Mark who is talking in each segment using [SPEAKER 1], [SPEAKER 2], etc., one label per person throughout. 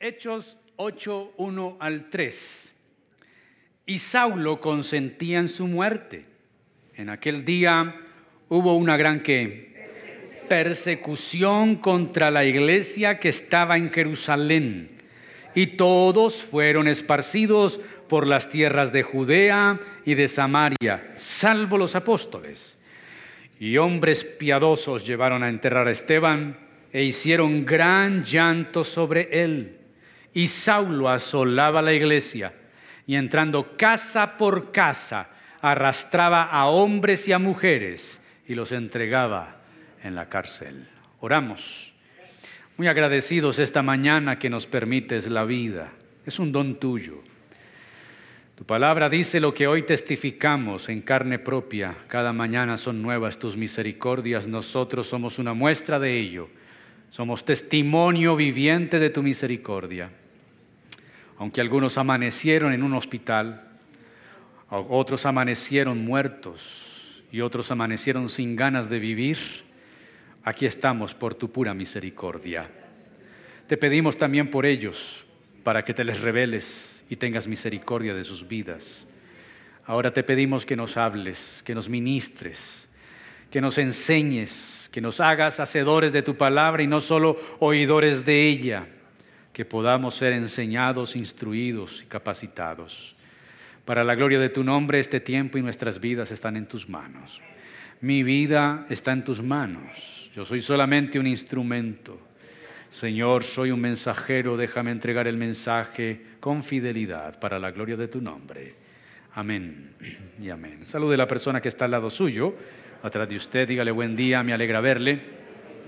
[SPEAKER 1] Hechos 8, 1 al 3. Y Saulo consentía en su muerte. En aquel día hubo una gran persecución contra la iglesia que estaba en Jerusalén. Y todos fueron esparcidos por las tierras de Judea y de Samaria, salvo los apóstoles. Y hombres piadosos llevaron a enterrar a Esteban e hicieron gran llanto sobre él. Y Saulo asolaba la iglesia y entrando casa por casa arrastraba a hombres y a mujeres y los entregaba en la cárcel. Oramos. Muy agradecidos esta mañana que nos permites la vida. Es un don tuyo. Tu palabra dice lo que hoy testificamos en carne propia. Cada mañana son nuevas tus misericordias. Nosotros somos una muestra de ello. Somos testimonio viviente de tu misericordia. Aunque algunos amanecieron en un hospital, otros amanecieron muertos y otros amanecieron sin ganas de vivir, aquí estamos por tu pura misericordia. Te pedimos también por ellos, para que te les reveles y tengas misericordia de sus vidas. Ahora te pedimos que nos hables, que nos ministres, que nos enseñes, que nos hagas hacedores de tu palabra y no solo oidores de ella, que podamos ser enseñados, instruidos y capacitados. Para la gloria de tu nombre, este tiempo y nuestras vidas están en tus manos. Mi vida está en tus manos. Yo soy solamente un instrumento. Señor, soy un mensajero. Déjame entregar el mensaje con fidelidad para la gloria de tu nombre. Amén y amén. Salude a la persona que está al lado suyo, atrás de usted. Dígale buen día, me alegra verle.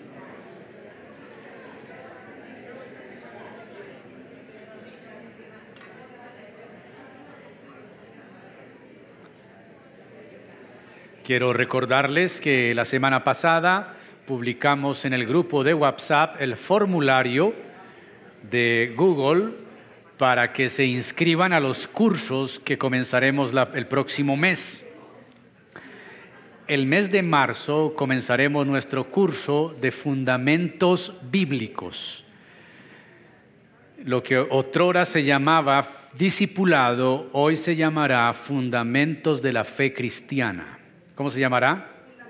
[SPEAKER 1] Quiero recordarles que la semana pasada publicamos en el grupo de WhatsApp el formulario de Google para que se inscriban a los cursos que comenzaremos el próximo mes. El mes de marzo comenzaremos nuestro curso de fundamentos bíblicos. Lo que otrora se llamaba discipulado, hoy se llamará fundamentos de la fe cristiana. ¿Cómo se llamará?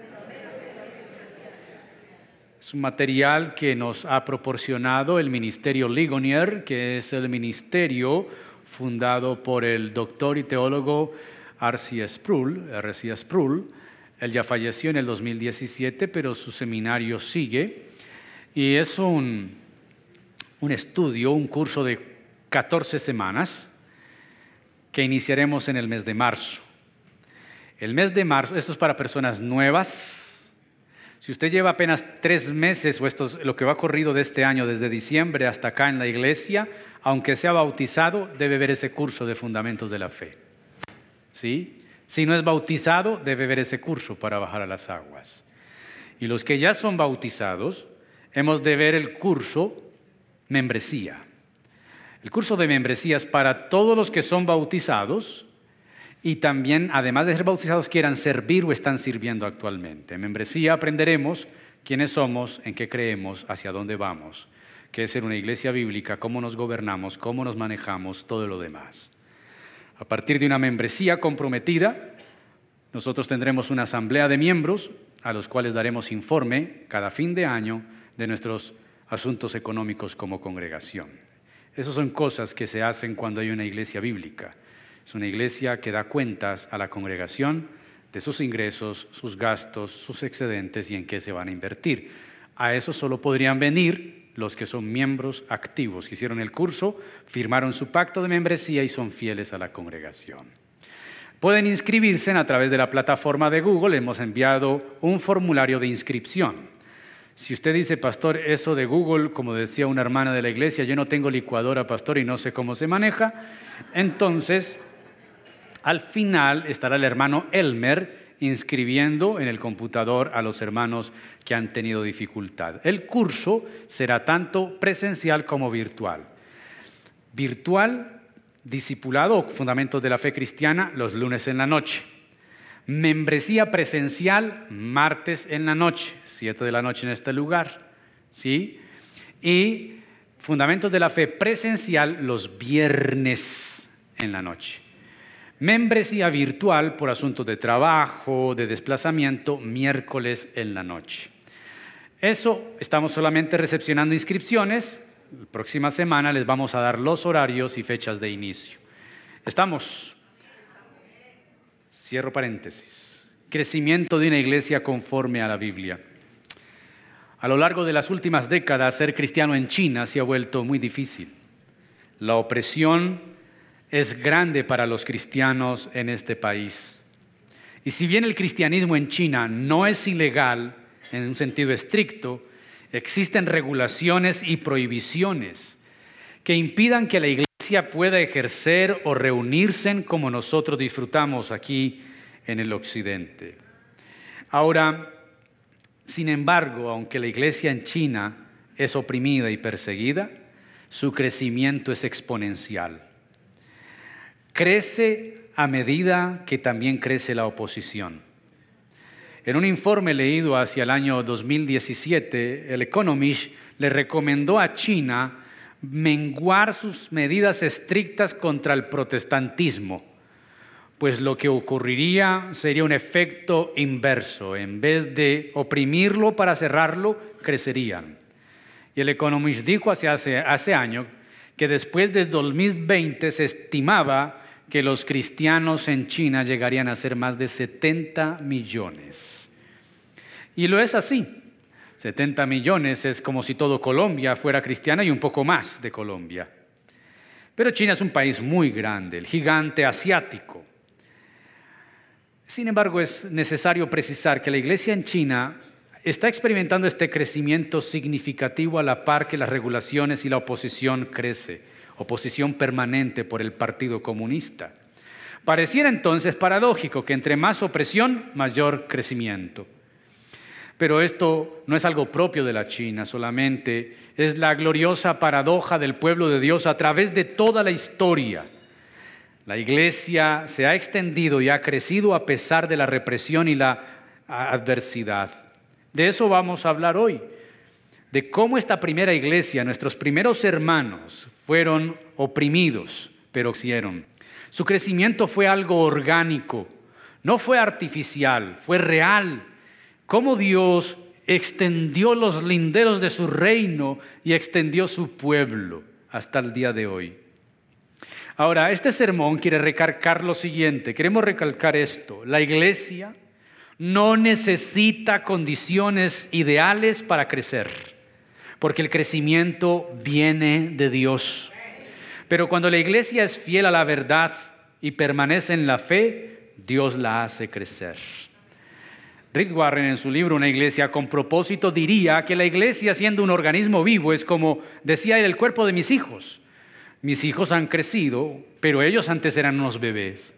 [SPEAKER 1] Es un material que nos ha proporcionado el Ministerio Ligonier, que es el ministerio fundado por el doctor y teólogo R.C. Sproul. Él ya falleció en el 2017, pero su seminario sigue. Y es un estudio, un curso de 14 semanas que iniciaremos en el mes de marzo. El mes de marzo, esto es para personas nuevas. Si usted lleva apenas 3 meses, o esto es lo que va corrido de este año, desde diciembre hasta acá en la iglesia, aunque sea bautizado, debe ver ese curso de fundamentos de la fe. ¿Sí? Si no es bautizado, debe ver ese curso para bajar a las aguas. Y los que ya son bautizados, hemos de ver el curso membresía. El curso de membresía es para todos los que son bautizados y también, además de ser bautizados, quieran servir o están sirviendo actualmente. En membresía aprenderemos quiénes somos, en qué creemos, hacia dónde vamos, qué es ser una iglesia bíblica, cómo nos gobernamos, cómo nos manejamos, todo lo demás. A partir de una membresía comprometida, nosotros tendremos una asamblea de miembros a los cuales daremos informe cada fin de año de nuestros asuntos económicos como congregación. Esas son cosas que se hacen cuando hay una iglesia bíblica. Es una iglesia que da cuentas a la congregación de sus ingresos, sus gastos, sus excedentes y en qué se van a invertir. A eso solo podrían venir los que son miembros activos, que hicieron el curso, firmaron su pacto de membresía y son fieles a la congregación. Pueden inscribirse a través de la plataforma de Google. Hemos enviado un formulario de inscripción. Si usted dice, pastor, eso de Google, como decía una hermana de la iglesia, yo no tengo licuadora, pastor, y no sé cómo se maneja, entonces al final estará el hermano Elmer inscribiendo en el computador a los hermanos que han tenido dificultad. El curso será tanto presencial como virtual. Virtual, discipulado o fundamentos de la fe cristiana, los lunes en la noche. Membresía presencial, martes en la noche, 7 de la noche en este lugar. ¿Sí? Y Fundamentos de la Fe presencial los viernes en la noche. Membresía virtual por asuntos de trabajo, de desplazamiento, miércoles en la noche. Eso, estamos solamente recepcionando inscripciones. La próxima semana les vamos a dar los horarios y fechas de inicio. ¿Estamos? Cierro paréntesis. Crecimiento de una iglesia conforme a la Biblia. A lo largo de las últimas décadas, ser cristiano en China se ha vuelto muy difícil. La opresión es grande para los cristianos en este país. Y si bien el cristianismo en China no es ilegal en un sentido estricto, existen regulaciones y prohibiciones que impidan que la iglesia pueda ejercer o reunirse como nosotros disfrutamos aquí en el occidente. Ahora, sin embargo, aunque la iglesia en China es oprimida y perseguida, su crecimiento es exponencial. Crece a medida que también crece la oposición. En un informe leído hacia el año 2017, el Economist le recomendó a China menguar sus medidas estrictas contra el protestantismo, pues lo que ocurriría sería un efecto inverso. En vez de oprimirlo para cerrarlo, crecerían. Y el Economist dijo hace años que después de 2020 se estimaba que los cristianos en China llegarían a ser más de 70 millones. Y lo es así. 70 millones es como si todo Colombia fuera cristiana y un poco más de Colombia. Pero China es un país muy grande, el gigante asiático. Sin embargo, es necesario precisar que la iglesia en China está experimentando este crecimiento significativo a la par que las regulaciones y la oposición crece, oposición permanente por el Partido Comunista. Pareciera entonces paradójico que entre más opresión, mayor crecimiento. Pero esto no es algo propio de la China solamente, es la gloriosa paradoja del pueblo de Dios a través de toda la historia. La iglesia se ha extendido y ha crecido a pesar de la represión y la adversidad. De eso vamos a hablar hoy, de cómo esta primera iglesia, nuestros primeros hermanos, fueron oprimidos, pero crecieron. Su crecimiento fue algo orgánico, no fue artificial, fue real. Cómo Dios extendió los linderos de su reino y extendió su pueblo hasta el día de hoy. Ahora, este sermón quiere recalcar lo siguiente, queremos recalcar esto: la iglesia no necesita condiciones ideales para crecer, porque el crecimiento viene de Dios. Pero cuando la iglesia es fiel a la verdad y permanece en la fe, Dios la hace crecer. Rick Warren, en su libro Una iglesia con propósito, diría que la iglesia, siendo un organismo vivo, es como, decía él, el cuerpo de mis hijos. Mis hijos han crecido, pero ellos antes eran unos bebés.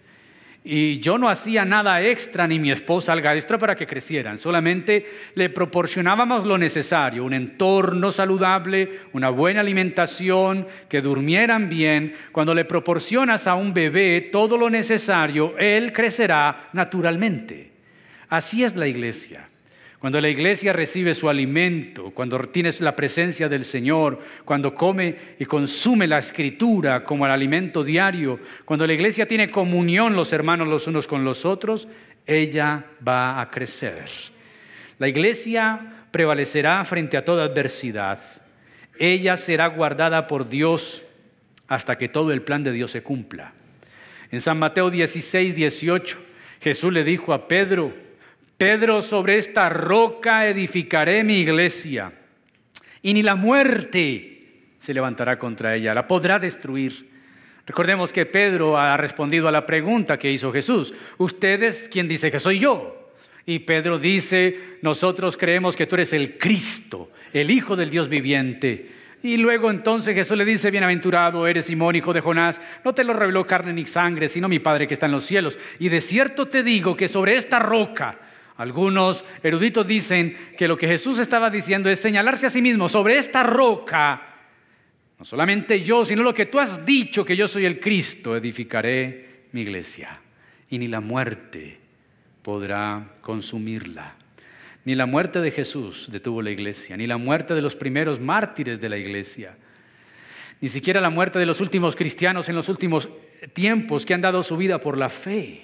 [SPEAKER 1] Y yo no hacía nada extra, ni mi esposa algo extra para que crecieran. Solamente le proporcionábamos lo necesario, un entorno saludable, una buena alimentación, que durmieran bien. Cuando le proporcionas a un bebé todo lo necesario, él crecerá naturalmente. Así es la iglesia. Cuando la iglesia recibe su alimento, cuando tienes la presencia del Señor, cuando come y consume la Escritura como el alimento diario, cuando la iglesia tiene comunión los hermanos los unos con los otros, ella va a crecer. La iglesia prevalecerá frente a toda adversidad. Ella será guardada por Dios hasta que todo el plan de Dios se cumpla. En San Mateo 16, 18, Jesús le dijo a Pedro: Pedro, sobre esta roca edificaré mi iglesia, y ni la muerte se levantará contra ella, la podrá destruir. Recordemos que Pedro ha respondido a la pregunta que hizo Jesús: ¿ustedes quién dice que soy yo? Y Pedro dice: nosotros creemos que tú eres el Cristo, el Hijo del Dios viviente. Y luego entonces Jesús le dice: bienaventurado eres Simón, hijo de Jonás, no te lo reveló carne ni sangre, sino mi Padre que está en los cielos. Y de cierto te digo que sobre esta roca, algunos eruditos dicen que lo que Jesús estaba diciendo es señalarse a sí mismo: sobre esta roca, no solamente yo, sino lo que tú has dicho, que yo soy el Cristo, edificaré mi iglesia, y ni la muerte podrá consumirla. Ni la muerte de Jesús detuvo la iglesia, ni la muerte de los primeros mártires de la iglesia. ni siquiera la muerte de los últimos cristianos en los últimos tiempos que han dado su vida por la fe.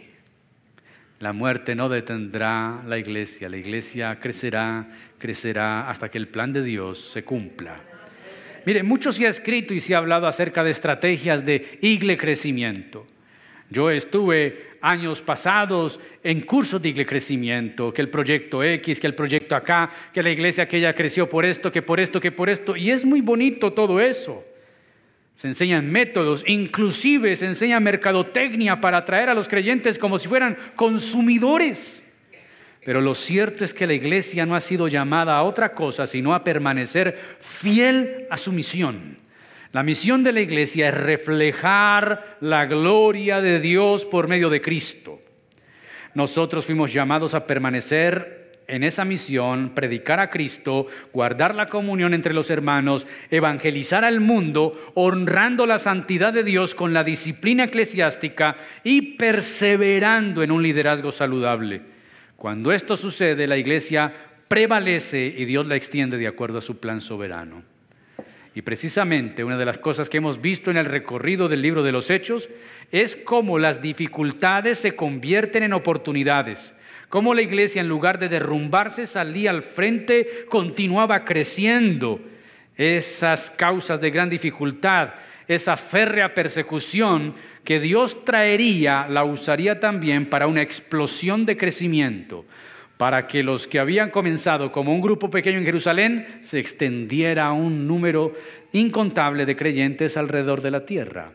[SPEAKER 1] La muerte no detendrá la iglesia crecerá, crecerá hasta que el plan de Dios se cumpla. Mire, mucho se ha escrito y se ha hablado acerca de estrategias de crecimiento. Yo estuve años pasados en cursos de crecimiento, que el proyecto X, que el proyecto acá, que la iglesia aquella creció por esto, que por esto, que por esto. Y es muy bonito todo eso. Se enseñan métodos, inclusive se enseña mercadotecnia para atraer a los creyentes como si fueran consumidores. Pero lo cierto es que la iglesia no ha sido llamada a otra cosa, sino a permanecer fiel a su misión. La misión de la iglesia es reflejar la gloria de Dios por medio de Cristo. Nosotros fuimos llamados a permanecer en esa misión, predicar a Cristo, guardar la comunión entre los hermanos, evangelizar al mundo, honrando la santidad de Dios con la disciplina eclesiástica y perseverando en un liderazgo saludable. Cuando esto sucede, la iglesia prevalece y Dios la extiende de acuerdo a su plan soberano. Y precisamente una de las cosas que hemos visto en el recorrido del libro de los Hechos es cómo las dificultades se convierten en oportunidades. Cómo la iglesia, en lugar de derrumbarse, salía al frente, continuaba creciendo. Esas causas de gran dificultad, esa férrea persecución que Dios traería, la usaría también para una explosión de crecimiento, para que los que habían comenzado como un grupo pequeño en Jerusalén se extendiera a un número incontable de creyentes alrededor de la tierra.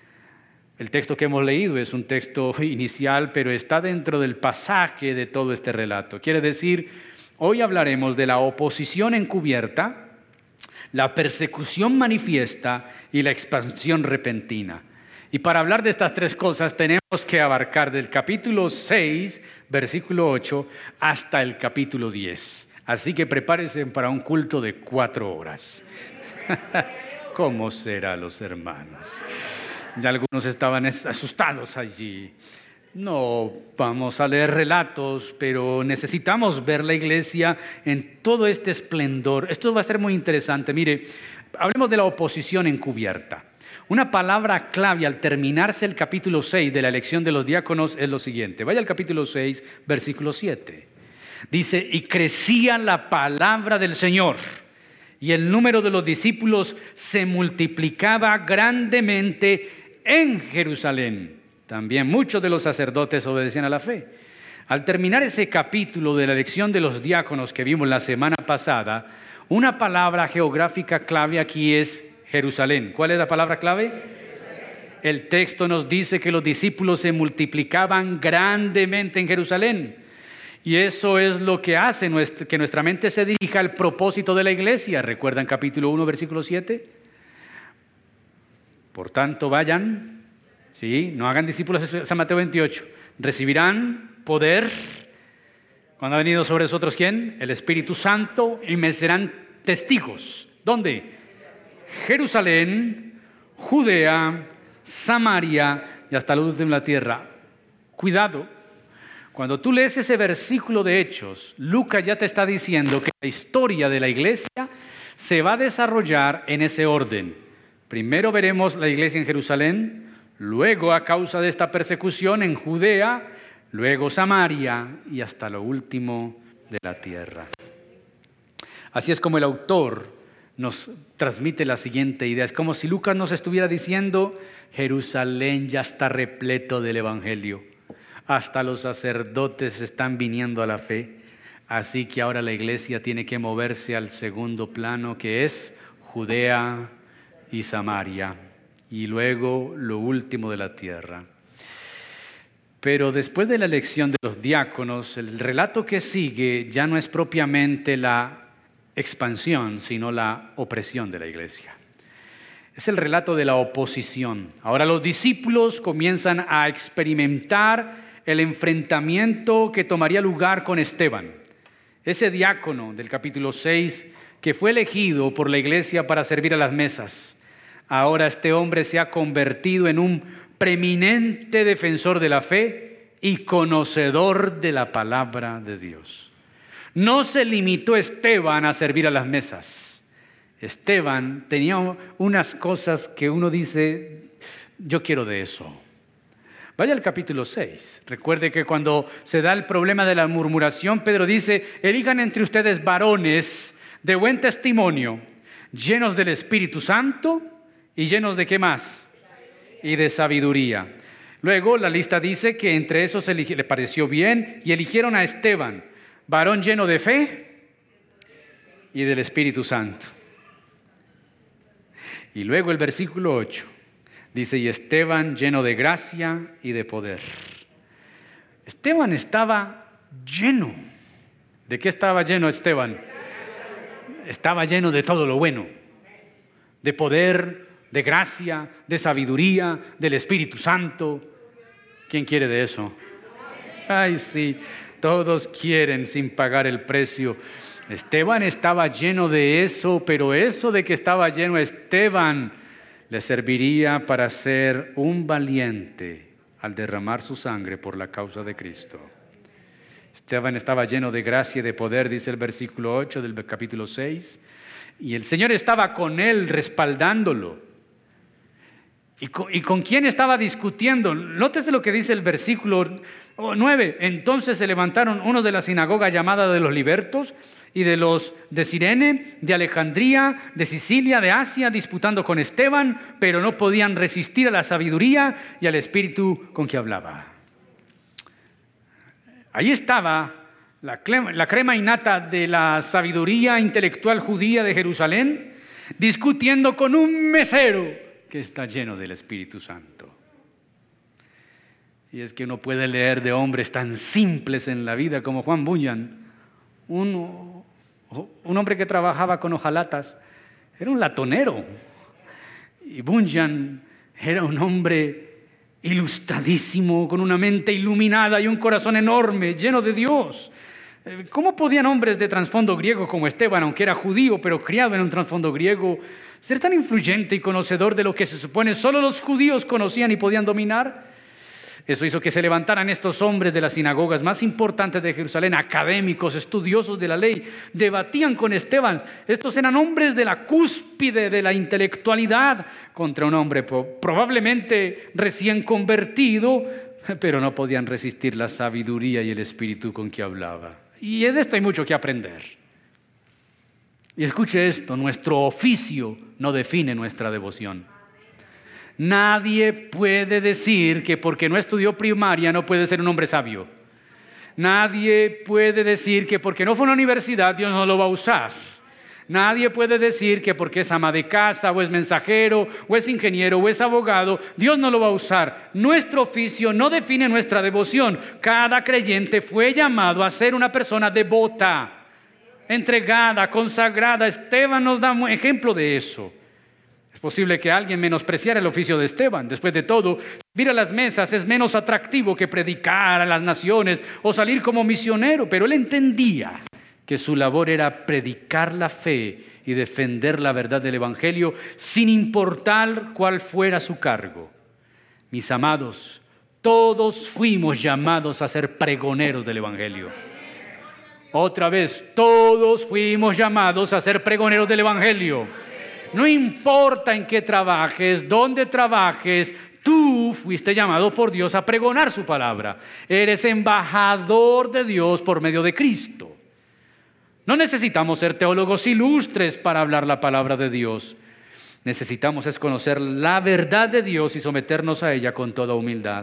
[SPEAKER 1] El texto que hemos leído es un texto inicial, pero está dentro del pasaje de todo este relato. Quiere decir, hoy hablaremos de la oposición encubierta, la persecución manifiesta y la expansión repentina. Y para hablar de estas tres cosas tenemos que abarcar del capítulo 6, versículo 8, hasta el capítulo 10. Así que prepárense para un culto de 4 horas. ¿Cómo serán los hermanos? Ya algunos estaban asustados allí. No vamos a leer relatos, pero necesitamos ver la iglesia en todo este esplendor. Esto va a ser muy interesante. Mire, hablemos de la oposición encubierta. Una palabra clave al terminarse el capítulo 6 de la elección de los diáconos es lo siguiente. Vaya al capítulo 6, versículo 7. Dice, y crecía la palabra del Señor, y el número de los discípulos se multiplicaba grandemente en Jerusalén. También muchos de los sacerdotes obedecían a la fe. Al terminar ese capítulo de la elección de los diáconos que vimos la semana pasada, una palabra geográfica clave aquí es Jerusalén. ¿Cuál es la palabra clave? El texto nos dice que los discípulos se multiplicaban grandemente en Jerusalén. Y eso es lo que hace que nuestra mente se dirija al propósito de la iglesia. ¿Recuerdan capítulo 1, versículo 7? Por tanto, vayan, ¿sí? No hagan discípulos, San Mateo 28. Recibirán poder cuando ha venido sobre nosotros, ¿quién? El Espíritu Santo, y me serán testigos. ¿Dónde? Jerusalén, Judea, Samaria y hasta la última de la tierra. Cuidado, cuando tú lees ese versículo de Hechos, Lucas ya te está diciendo que la historia de la iglesia se va a desarrollar en ese orden. Primero veremos la iglesia en Jerusalén, luego a causa de esta persecución en Judea, luego Samaria y hasta lo último de la tierra. Así es como el autor nos transmite la siguiente idea. Es como si Lucas nos estuviera diciendo, Jerusalén ya está repleto del evangelio. Hasta los sacerdotes están viniendo a la fe. Así que ahora la iglesia tiene que moverse al segundo plano, que es Judea y Samaria, y luego lo último de la tierra. Pero después de la elección de los diáconos, el relato que sigue ya no es propiamente la expansión, sino la opresión de la iglesia. Es el relato de la oposición. Ahora los discípulos comienzan a experimentar el enfrentamiento que tomaría lugar con Esteban, ese diácono del capítulo 6 que fue elegido por la iglesia para servir a las mesas. Ahora este hombre se ha convertido en un preeminente defensor de la fe y conocedor de la palabra de Dios. No se limitó Esteban a servir a las mesas. Esteban tenía unas cosas que uno dice, yo quiero de eso. Vaya al capítulo 6. Recuerde que cuando se da el problema de la murmuración, Pedro dice, elijan entre ustedes varones de buen testimonio, llenos del Espíritu Santo y llenos de ¿qué más? Y de sabiduría. Luego la lista dice que entre esos le pareció bien y eligieron a Esteban, varón lleno de fe y del Espíritu Santo. Y luego el versículo 8 dice, y Esteban lleno de gracia y de poder. Esteban estaba lleno. ¿De qué estaba lleno Esteban? Estaba lleno de todo lo bueno, de poder, de gracia, de sabiduría, del Espíritu Santo. ¿Quién quiere de eso? Ay, sí, todos quieren sin pagar el precio. Esteban estaba lleno de eso, pero eso de que estaba lleno Esteban le serviría para ser un valiente al derramar su sangre por la causa de Cristo. Esteban estaba lleno de gracia y de poder, dice el versículo 8 del capítulo 6, y el Señor estaba con él respaldándolo. ¿Y con quién estaba discutiendo? Nótese lo que dice el versículo 9. Entonces se levantaron unos de la sinagoga llamada de los libertos y de los de Cirene, de Alejandría, de Sicilia, de Asia, disputando con Esteban, pero no podían resistir a la sabiduría y al espíritu con que hablaba. Ahí estaba la crema innata de la sabiduría intelectual judía de Jerusalén, discutiendo con un mesero que está lleno del Espíritu Santo. Y es que uno puede leer de hombres tan simples en la vida como Juan Bunyan, un hombre que trabajaba con hojalatas, era un latonero. Y Bunyan era un hombre ilustradísimo, con una mente iluminada y un corazón enorme, lleno de Dios. ¿Cómo podían hombres de trasfondo griego como Esteban, aunque era judío, pero criado en un trasfondo griego, ser tan influyente y conocedor de lo que se supone solo los judíos conocían y podían dominar? Eso hizo que se levantaran estos hombres de las sinagogas más importantes de Jerusalén, académicos, estudiosos de la ley, debatían con Esteban. Estos eran hombres de la cúspide de la intelectualidad contra un hombre probablemente recién convertido, pero no podían resistir la sabiduría y el espíritu con que hablaba. Y de esto hay mucho que aprender. Y escuche esto, nuestro oficio no define nuestra devoción. Nadie puede decir que porque no estudió primaria no puede ser un hombre sabio. Nadie puede decir que porque no fue a una universidad Dios no lo va a usar. Nadie puede decir que porque es ama de casa o es mensajero o es ingeniero o es abogado Dios no lo va a usar. Nuestro oficio no define nuestra devoción. Cada creyente fue llamado a ser una persona devota, entregada, consagrada. Esteban nos da un ejemplo de eso. Es posible que alguien menospreciara el oficio de Esteban. Después de todo, servir a las mesas es menos atractivo que predicar a las naciones o salir como misionero, pero él entendía que su labor era predicar la fe y defender la verdad del Evangelio sin importar cuál fuera su cargo. Mis amados, todos fuimos llamados a ser pregoneros del Evangelio. Otra vez, todos fuimos llamados a ser pregoneros del Evangelio. No importa en qué trabajes, dónde trabajes, tú fuiste llamado por Dios a pregonar su palabra. Eres embajador de Dios por medio de Cristo. No necesitamos ser teólogos ilustres para hablar la palabra de Dios. Necesitamos es conocer la verdad de Dios y someternos a ella con toda humildad.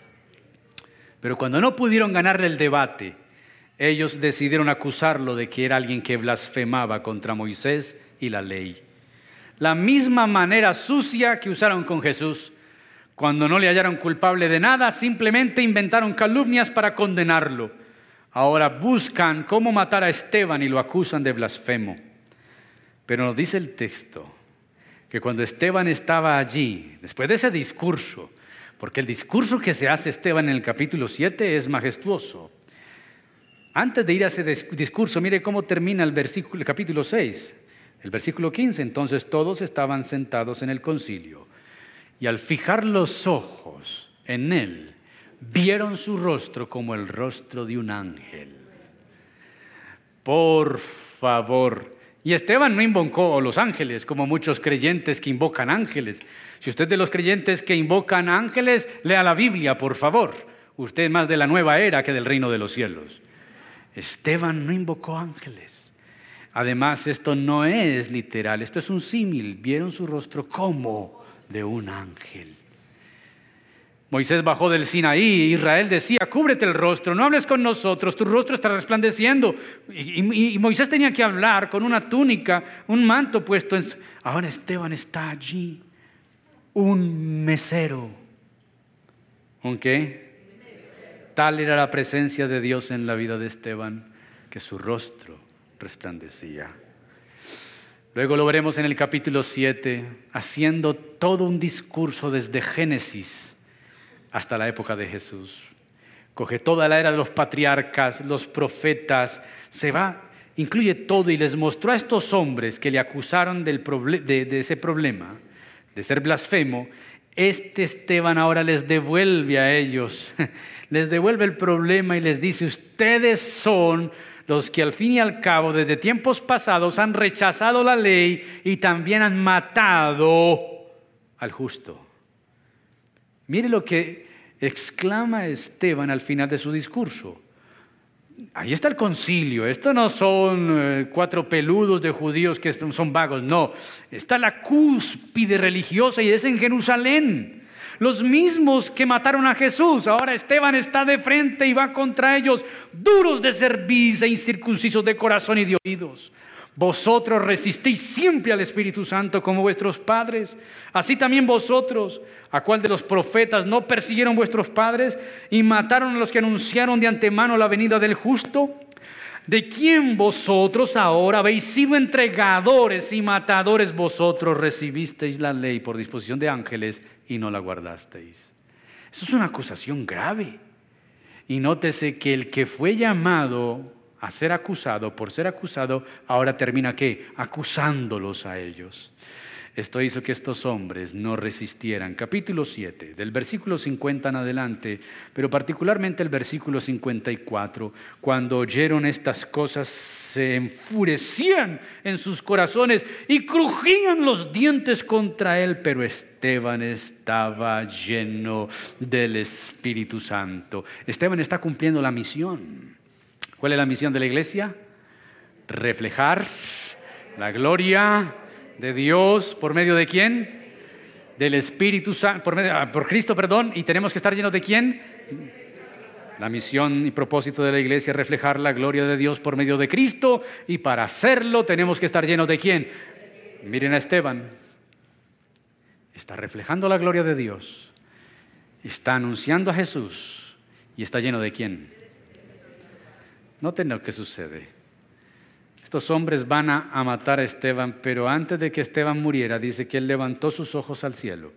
[SPEAKER 1] Pero cuando no pudieron ganarle el debate, ellos decidieron acusarlo de que era alguien que blasfemaba contra Moisés y la ley. La misma manera sucia que usaron con Jesús. Cuando no le hallaron culpable de nada, simplemente inventaron calumnias para condenarlo. Ahora buscan cómo matar a Esteban y lo acusan de blasfemo. Pero nos dice el texto que cuando Esteban estaba allí, después de ese discurso, porque el discurso que se hace Esteban en el capítulo 7 es majestuoso. Antes de ir a ese discurso, mire cómo termina el capítulo 6. El versículo 15, entonces todos estaban sentados en el concilio y al fijar los ojos en él, vieron su rostro como el rostro de un ángel. Por favor, Y Esteban no invocó a los ángeles, como muchos creyentes que invocan ángeles. Si usted es de los creyentes que invocan ángeles, lea la Biblia, por favor. Usted es más de la nueva era que del reino de los cielos. Esteban no invocó ángeles. Además, esto no es literal, esto es un símil. Vieron su rostro como de un ángel. Moisés bajó del Sinaí, Israel decía: cúbrete el rostro, no hables con nosotros, tu rostro está resplandeciendo. Y Moisés tenía que hablar con una túnica, un manto puesto en su... Ahora Esteban está allí, un mesero. ¿Un qué? Tal era la presencia de Dios en la vida de Esteban, que su rostro resplandecía. Luego lo veremos en el capítulo 7, haciendo todo un discurso desde Génesis hasta la época de Jesús. Coge toda la era de los patriarcas, los profetas, incluye todo, y les mostró a estos hombres que le acusaron de ese problema, de ser blasfemo. Esteban ahora les devuelve a ellos, les devuelve el problema y les dice: ustedes son los que al fin y al cabo desde tiempos pasados han rechazado la ley y también han matado al justo. Mire lo que exclama Esteban al final de su discurso. Ahí está el concilio. Esto no son cuatro peludos de judíos que son vagos. No, está la cúspide religiosa y es en Jerusalén. Los mismos que mataron a Jesús. Ahora Esteban está de frente y va contra ellos, duros de cerviz e incircuncisos de corazón y de oídos. Vosotros resistís siempre al Espíritu Santo como vuestros padres. Así también vosotros, ¿a cuál de los profetas no persiguieron vuestros padres y mataron a los que anunciaron de antemano la venida del justo? ¿De quién vosotros ahora habéis sido entregadores y matadores? Vosotros recibisteis la ley por disposición de ángeles y no la guardasteis. Eso es una acusación grave. Y nótese que el que fue llamado a ser acusado, por ser acusado, ahora termina ¿qué? Acusándolos a ellos. Esto hizo que estos hombres no resistieran. Capítulo 7, del versículo 50 en adelante, pero particularmente el versículo 54, cuando oyeron estas cosas se enfurecían en sus corazones y crujían los dientes contra él, pero Esteban estaba lleno del Espíritu Santo. Esteban está cumpliendo la misión. ¿Cuál es la misión de la iglesia? Reflejar la gloria de Dios por medio de ¿quién? Del Espíritu Santo, por Cristo, perdón. Y tenemos que estar llenos de ¿quién? La misión y propósito de la iglesia es reflejar la gloria de Dios por medio de Cristo, y para hacerlo tenemos que estar llenos de ¿quién? Miren a Esteban, está reflejando la gloria de Dios, está anunciando a Jesús y está lleno de ¿quién? Noten lo que sucede. Estos hombres van a matar a Esteban, pero antes de que Esteban muriera, dice que él levantó sus ojos al cielo,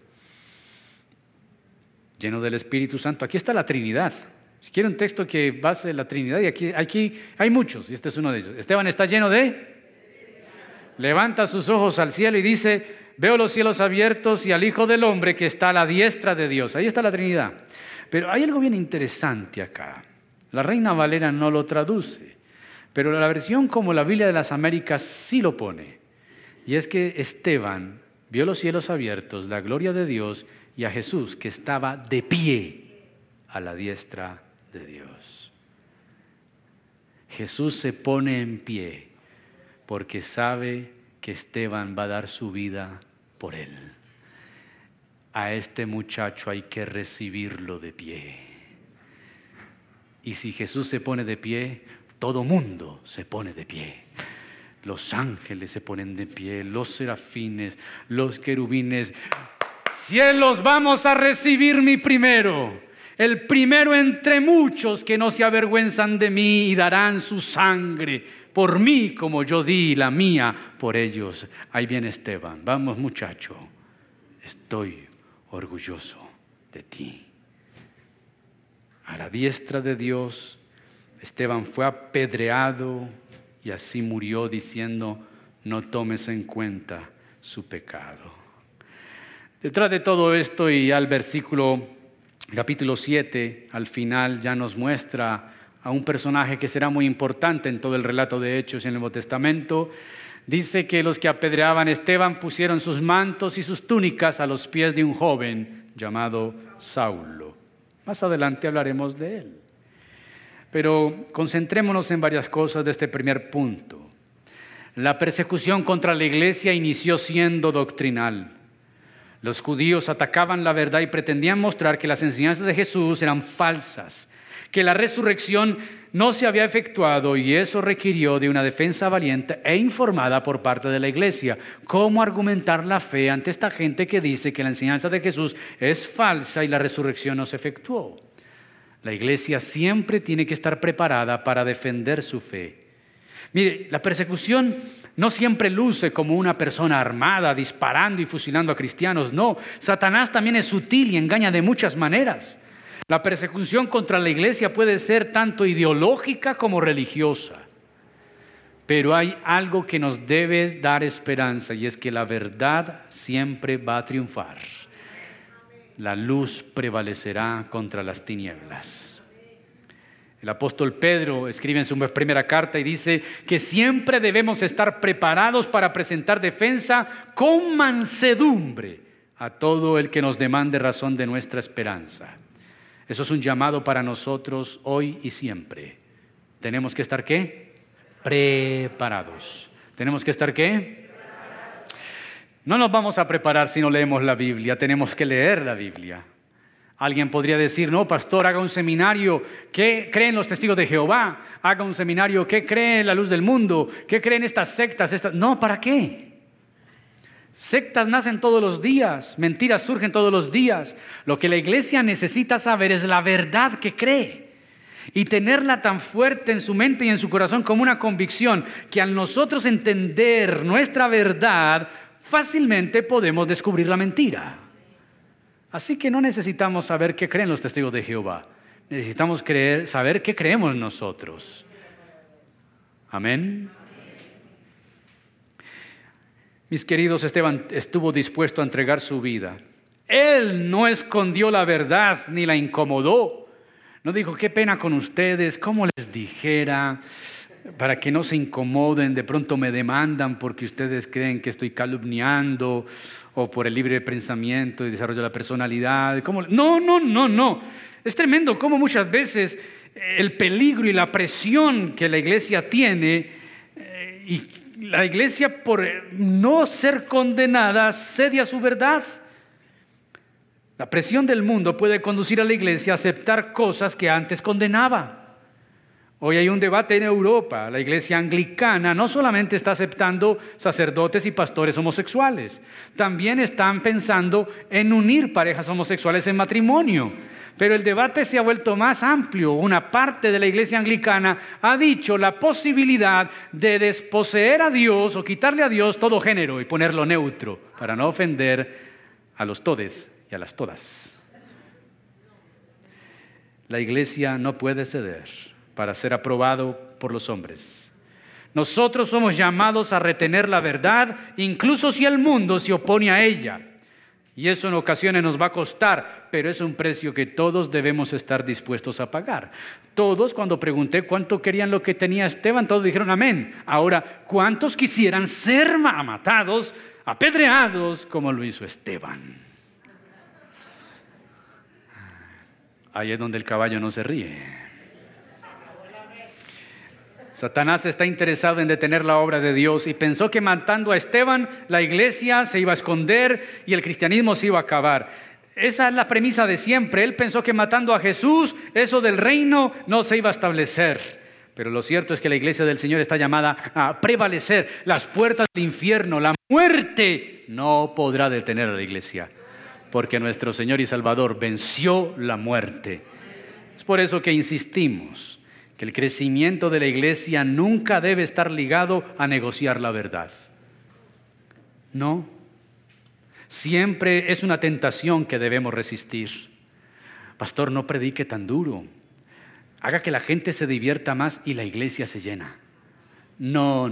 [SPEAKER 1] lleno del Espíritu Santo. Aquí está la Trinidad. Si quiere un texto que base la Trinidad, y aquí hay muchos, y este es uno de ellos. Esteban está lleno levanta sus ojos al cielo y dice: veo los cielos abiertos y al Hijo del Hombre que está a la diestra de Dios. Ahí está la Trinidad. Pero hay algo bien interesante acá. La Reina Valera no lo traduce, pero la versión como la Biblia de las Américas sí lo pone. Y es que Esteban vio los cielos abiertos, la gloria de Dios y a Jesús que estaba de pie a la diestra de Dios. Jesús se pone en pie porque sabe que Esteban va a dar su vida por él. A este muchacho hay que recibirlo de pie. Y si Jesús se pone de pie, todo mundo se pone de pie. Los ángeles se ponen de pie, los serafines, los querubines. Cielos, vamos a recibir mi primero, el primero entre muchos que no se avergüenzan de mí y darán su sangre por mí como yo di la mía por ellos. Ahí viene Esteban. Vamos, muchacho, estoy orgulloso de ti. A la diestra de Dios, Esteban fue apedreado y así murió diciendo: no tomes en cuenta su pecado. Detrás de todo esto, y al capítulo 7, al final ya nos muestra a un personaje que será muy importante en todo el relato de Hechos y en el Nuevo Testamento. Dice que los que apedreaban a Esteban pusieron sus mantos y sus túnicas a los pies de un joven llamado Saulo. Más adelante hablaremos de él. Pero concentrémonos en varias cosas de este primer punto. La persecución contra la iglesia inició siendo doctrinal. Los judíos atacaban la verdad y pretendían mostrar que las enseñanzas de Jesús eran falsas, que la resurrección no se había efectuado, y eso requirió de una defensa valiente e informada por parte de la iglesia. ¿Cómo argumentar la fe ante esta gente que dice que la enseñanza de Jesús es falsa y la resurrección no se efectuó? La iglesia siempre tiene que estar preparada para defender su fe. Mire, la persecución no siempre luce como una persona armada disparando y fusilando a cristianos. No, Satanás también es sutil y engaña de muchas maneras. La persecución contra la iglesia puede ser tanto ideológica como religiosa. Pero hay algo que nos debe dar esperanza, y es que la verdad siempre va a triunfar. La luz prevalecerá contra las tinieblas. El apóstol Pedro escribe en su primera carta y dice que siempre debemos estar preparados para presentar defensa con mansedumbre a todo el que nos demande razón de nuestra esperanza. Eso es un llamado para nosotros hoy y siempre. ¿Tenemos que estar qué? Preparados. ¿Tenemos que estar qué? No nos vamos a preparar si no leemos la Biblia. Tenemos que leer la Biblia. Alguien podría decir, no, pastor, haga un seminario. ¿Qué creen los testigos de Jehová? Haga un seminario. ¿Qué cree la luz del mundo? ¿Qué creen estas sectas? No, ¿para qué? Sectas nacen todos los días, mentiras surgen todos los días. Lo que la iglesia necesita saber es la verdad que cree y tenerla tan fuerte en su mente y en su corazón como una convicción que al nosotros entender nuestra verdad, fácilmente podemos descubrir la mentira. Así que no necesitamos saber qué creen los testigos de Jehová. Necesitamos saber qué creemos nosotros. Amén. Mis queridos, Esteban estuvo dispuesto a entregar su vida. Él no escondió la verdad ni la incomodó. No dijo, qué pena con ustedes, cómo les dijera, para que no se incomoden, de pronto me demandan porque ustedes creen que estoy calumniando, o por el libre pensamiento y desarrollo de la personalidad. ¿Cómo? No. Es tremendo cómo muchas veces el peligro y la presión que la iglesia tiene, y la iglesia por no ser condenada cede a su verdad. La presión del mundo puede conducir a la iglesia a aceptar cosas que antes condenaba. Hoy hay un debate en Europa. La iglesia anglicana no solamente está aceptando sacerdotes y pastores homosexuales, también están pensando en unir parejas homosexuales en matrimonio. Pero el debate se ha vuelto más amplio. Una parte de la iglesia anglicana ha dicho la posibilidad de desposeer a Dios o quitarle a Dios todo género y ponerlo neutro para no ofender a los todes y a las todas. La iglesia no puede ceder para ser aprobado por los hombres. Nosotros somos llamados a retener la verdad, incluso si el mundo se opone a ella. Y eso en ocasiones nos va a costar, pero es un precio que todos debemos estar dispuestos a pagar. Todos, cuando pregunté cuánto querían lo que tenía Esteban, todos dijeron amén. Ahora, ¿cuántos quisieran ser matados, apedreados, como lo hizo Esteban? Ahí es donde el caballo no se ríe. Satanás está interesado en detener la obra de Dios y pensó que matando a Esteban la iglesia se iba a esconder y el cristianismo se iba a acabar. Esa es la premisa de siempre. Él pensó que matando a Jesús eso del reino no se iba a establecer. Pero lo cierto es que la iglesia del Señor está llamada a prevalecer. Las puertas del infierno, la muerte, no podrá detener a la iglesia, porque nuestro Señor y Salvador venció la muerte. Es por eso que insistimos que el crecimiento de la iglesia nunca debe estar ligado a negociar la verdad. No. Siempre es una tentación que debemos resistir. Pastor, no predique tan duro. Haga que la gente se divierta más y la iglesia se llena. No.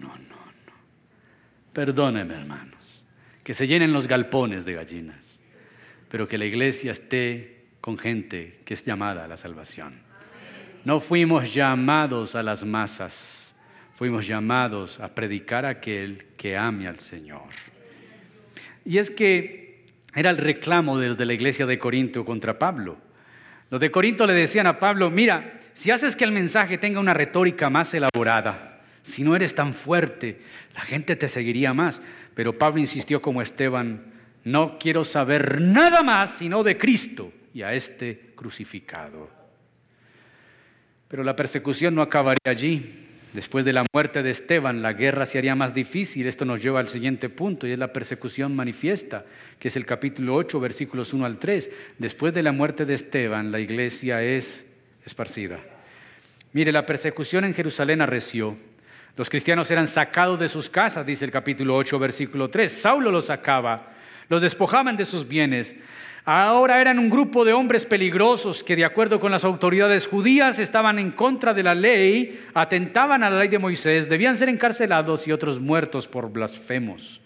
[SPEAKER 1] Perdónenme, hermanos. Que se llenen los galpones de gallinas, pero que la iglesia esté con gente que es llamada a la salvación. No fuimos llamados a las masas, fuimos llamados a predicar a aquel que ame al Señor. Y es que era el reclamo de los de la iglesia de Corinto contra Pablo. Los de Corinto le decían a Pablo: mira, si haces que el mensaje tenga una retórica más elaborada, si no eres tan fuerte, la gente te seguiría más. Pero Pablo insistió como Esteban: no quiero saber nada más sino de Cristo y a este crucificado. Pero la persecución no acabaría allí. Después de la muerte de Esteban, la guerra se haría más difícil. Esto nos lleva al siguiente punto, y es la persecución manifiesta, que es el capítulo 8, versículos 1 al 3. Después de la muerte de Esteban, la iglesia es esparcida. Mire, la persecución en Jerusalén arreció. Los cristianos eran sacados de sus casas, dice el capítulo 8, versículo 3. Saulo los sacaba, los despojaban de sus bienes. Ahora eran un grupo de hombres peligrosos que, de acuerdo con las autoridades judías, estaban en contra de la ley, atentaban a la ley de Moisés, debían ser encarcelados y otros muertos por blasfemos.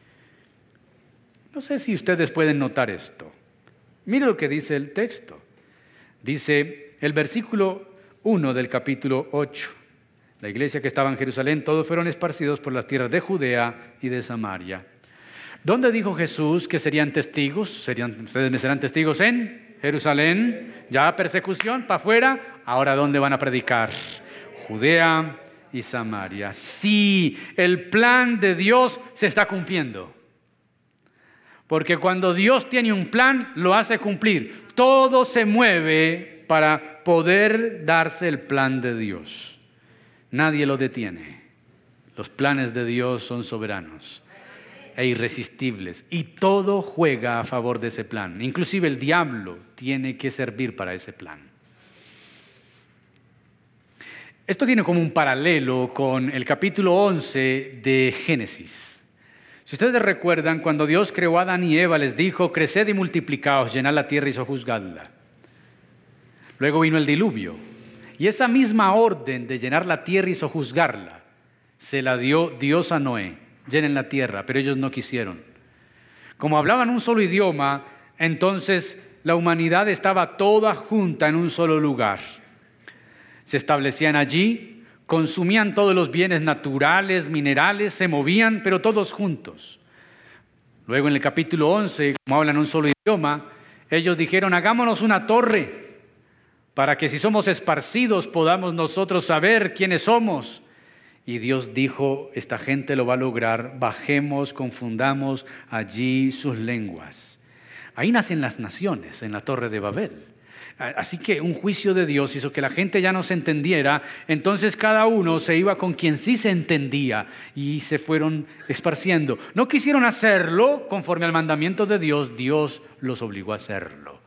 [SPEAKER 1] No sé si ustedes pueden notar esto. Mire lo que dice el texto. Dice el versículo 1 del capítulo 8. La iglesia que estaba en Jerusalén, todos fueron esparcidos por las tierras de Judea y de Samaria. ¿Dónde dijo Jesús que serían testigos? Ustedes me serán testigos en Jerusalén. Ya persecución para afuera. Ahora, ¿dónde van a predicar? Judea y Samaria. Sí, el plan de Dios se está cumpliendo. Porque cuando Dios tiene un plan, lo hace cumplir. Todo se mueve para poder darse el plan de Dios. Nadie lo detiene. Los planes de Dios son soberanos e irresistibles, y todo juega a favor de ese plan. Inclusive el diablo tiene que servir para ese plan. Esto tiene como un paralelo con el capítulo 11 de Génesis. Si ustedes recuerdan, cuando Dios creó a Adán y Eva, les dijo: creced y multiplicaos, llenad la tierra y sojuzgadla. Luego vino el diluvio, y esa misma orden de llenar la tierra y sojuzgarla se la dio Dios a Noé: llenen la tierra, pero ellos no quisieron. Como hablaban un solo idioma, entonces la humanidad estaba toda junta en un solo lugar. Se establecían allí, consumían todos los bienes naturales, minerales, se movían, pero todos juntos. Luego en el capítulo 11, como hablan un solo idioma, ellos dijeron: hagámonos una torre, para que si somos esparcidos podamos nosotros saber quiénes somos. Y Dios dijo: esta gente lo va a lograr, bajemos, confundamos allí sus lenguas. Ahí nacen las naciones, en la Torre de Babel. Así que un juicio de Dios hizo que la gente ya no se entendiera, entonces cada uno se iba con quien sí se entendía y se fueron esparciendo. No quisieron hacerlo conforme al mandamiento de Dios, Dios los obligó a hacerlo.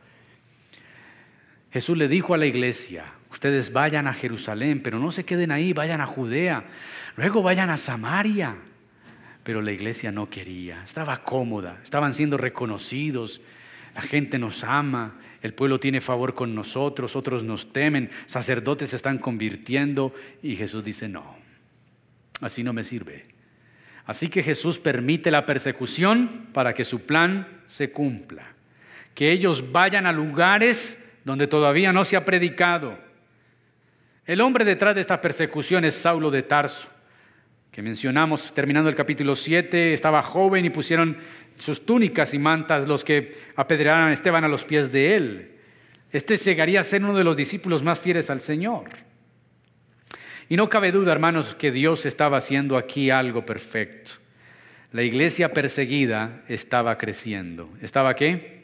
[SPEAKER 1] Jesús le dijo a la iglesia: ustedes vayan a Jerusalén, pero no se queden ahí, vayan a Judea, luego vayan a Samaria. Pero la iglesia no quería, estaba cómoda, estaban siendo reconocidos, la gente nos ama, el pueblo tiene favor con nosotros, otros nos temen, sacerdotes se están convirtiendo, y Jesús dice: no, así no me sirve. Así que Jesús permite la persecución para que su plan se cumpla, que ellos vayan a lugares donde todavía no se ha predicado. El hombre detrás de esta persecución es Saulo de Tarso, que mencionamos terminando el capítulo 7, estaba joven y pusieron sus túnicas y mantas los que apedrearon a Esteban a los pies de él. Este llegaría a ser uno de los discípulos más fieles al Señor. Y no cabe duda, hermanos, que Dios estaba haciendo aquí algo perfecto. La iglesia perseguida estaba creciendo. ¿Estaba qué?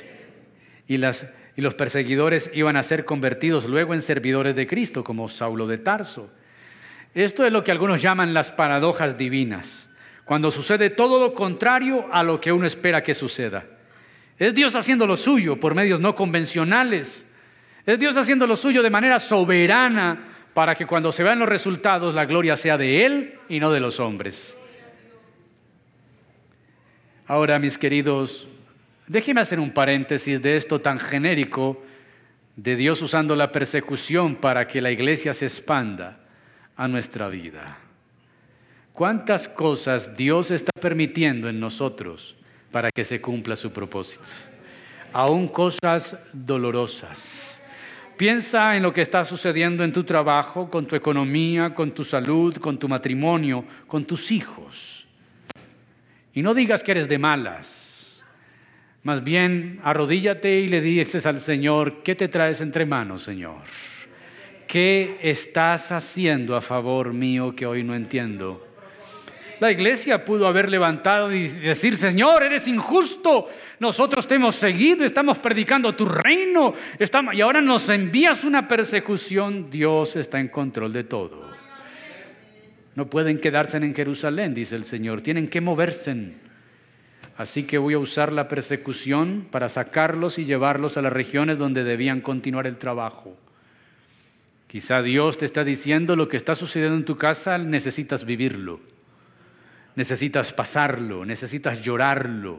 [SPEAKER 1] Y los perseguidores iban a ser convertidos luego en servidores de Cristo, como Saulo de Tarso. Esto es lo que algunos llaman las paradojas divinas, cuando sucede todo lo contrario a lo que uno espera que suceda. Es Dios haciendo lo suyo por medios no convencionales. Es Dios haciendo lo suyo de manera soberana para que cuando se vean los resultados la gloria sea de Él y no de los hombres. Ahora, mis queridos, déjenme hacer un paréntesis de esto tan genérico de Dios usando la persecución para que la iglesia se expanda a nuestra vida. ¿Cuántas cosas Dios está permitiendo en nosotros para que se cumpla su propósito? Aún cosas dolorosas. Piensa en lo que está sucediendo en tu trabajo, con tu economía, con tu salud, con tu matrimonio, con tus hijos. Y no digas que eres de malas. Más bien, arrodíllate y le dices al Señor: ¿qué te traes entre manos, Señor? ¿Qué estás haciendo a favor mío que hoy no entiendo? La iglesia pudo haber levantado y decir: Señor, eres injusto. Nosotros te hemos seguido, estamos predicando tu reino, y ahora nos envías una persecución. Dios está en control de todo. No pueden quedarse en Jerusalén, dice el Señor, tienen que moverse. Así que voy a usar la persecución para sacarlos y llevarlos a las regiones donde debían continuar el trabajo. Quizá Dios te está diciendo: lo que está sucediendo en tu casa necesitas vivirlo. Necesitas pasarlo, necesitas llorarlo.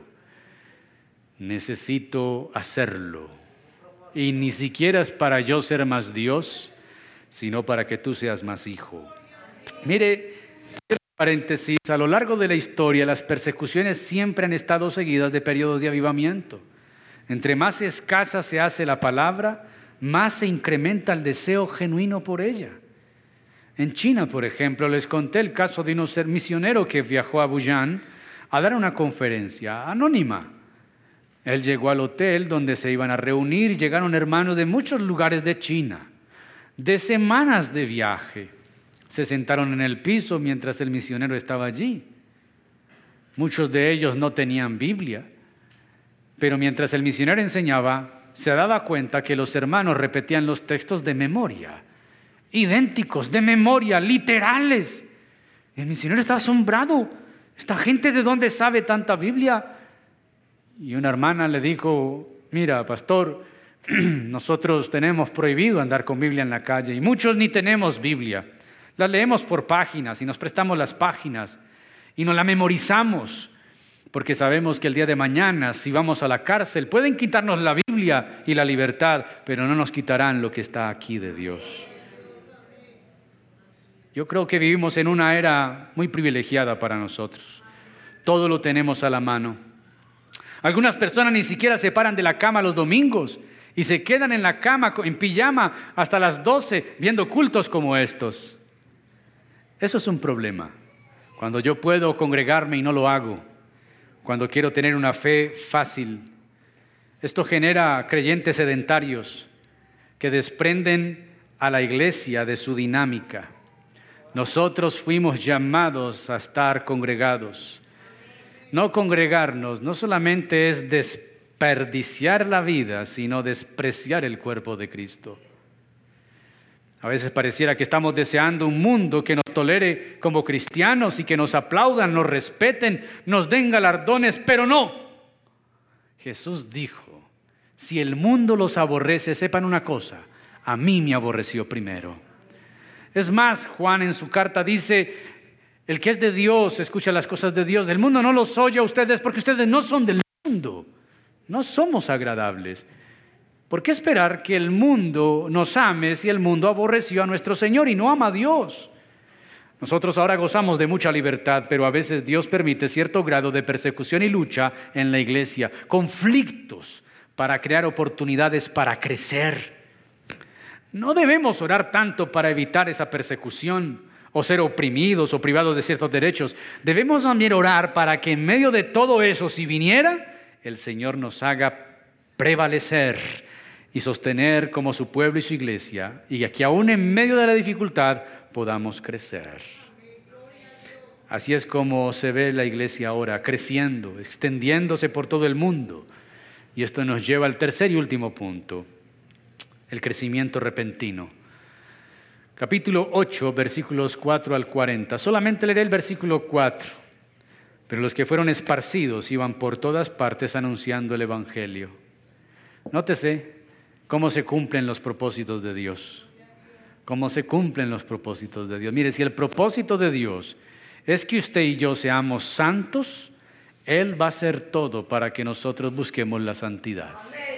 [SPEAKER 1] Necesito hacerlo. Y ni siquiera es para yo ser más Dios, sino para que tú seas más hijo. Mire, paréntesis, a lo largo de la historia las persecuciones siempre han estado seguidas de periodos de avivamiento. Entre más escasa se hace la palabra, más se incrementa el deseo genuino por ella. En China, por ejemplo, les conté el caso de un misionero que viajó a Wuhan a dar una conferencia anónima. Él llegó al hotel donde se iban a reunir y llegaron hermanos de muchos lugares de China, de semanas de viaje. Se sentaron en el piso mientras el misionero estaba allí. Muchos de ellos no tenían Biblia, pero mientras el misionero enseñaba, se daba cuenta que los hermanos repetían los textos de memoria. Idénticos, de memoria, literales. El misionero estaba asombrado. ¿Esta gente de dónde sabe tanta Biblia? Y una hermana le dijo: mira, pastor, nosotros tenemos prohibido andar con Biblia en la calle y muchos ni tenemos Biblia. La leemos por páginas y nos prestamos las páginas y nos la memorizamos porque sabemos que el día de mañana, si vamos a la cárcel, pueden quitarnos la Biblia y la libertad, pero no nos quitarán lo que está aquí de Dios. Yo creo que vivimos en una era muy privilegiada para nosotros. Todo lo tenemos a la mano. Algunas personas ni siquiera se paran de la cama los domingos y se quedan en la cama en pijama hasta las 12 viendo cultos como estos. Eso es un problema. Cuando yo puedo congregarme y no lo hago. Cuando quiero tener una fe fácil. Esto genera creyentes sedentarios que desprenden a la iglesia de su dinámica. Nosotros fuimos llamados a estar congregados. No congregarnos no solamente es desperdiciar la vida, sino despreciar el cuerpo de Cristo. A veces pareciera que estamos deseando un mundo que nos tolere como cristianos y que nos aplaudan, nos respeten, nos den galardones, pero no. Jesús dijo: si el mundo los aborrece, sepan una cosa, a mí me aborreció primero. Es más, Juan en su carta dice: el que es de Dios escucha las cosas de Dios. El mundo no los oye a ustedes porque ustedes no son del mundo. No somos agradables. ¿Por qué esperar que el mundo nos ame si el mundo aborreció a nuestro Señor y no ama a Dios? Nosotros ahora gozamos de mucha libertad, pero a veces Dios permite cierto grado de persecución y lucha en la iglesia, conflictos para crear oportunidades para crecer. No debemos orar tanto para evitar esa persecución o ser oprimidos o privados de ciertos derechos. Debemos también orar para que en medio de todo eso, si viniera, el Señor nos haga prevalecer y sostener como su pueblo y su iglesia, y que aún en medio de la dificultad podamos crecer. Así es como se ve la iglesia ahora, creciendo, extendiéndose por todo el mundo. Y esto nos lleva al tercer y último punto: el crecimiento repentino. Capítulo 8, versículos 4 al 40. Solamente leeré el versículo 4. Pero los que fueron esparcidos iban por todas partes anunciando el evangelio. Nótese cómo se cumplen los propósitos de Dios. Cómo se cumplen los propósitos de Dios. Mire, si el propósito de Dios es que usted y yo seamos santos, Él va a hacer todo para que nosotros busquemos la santidad.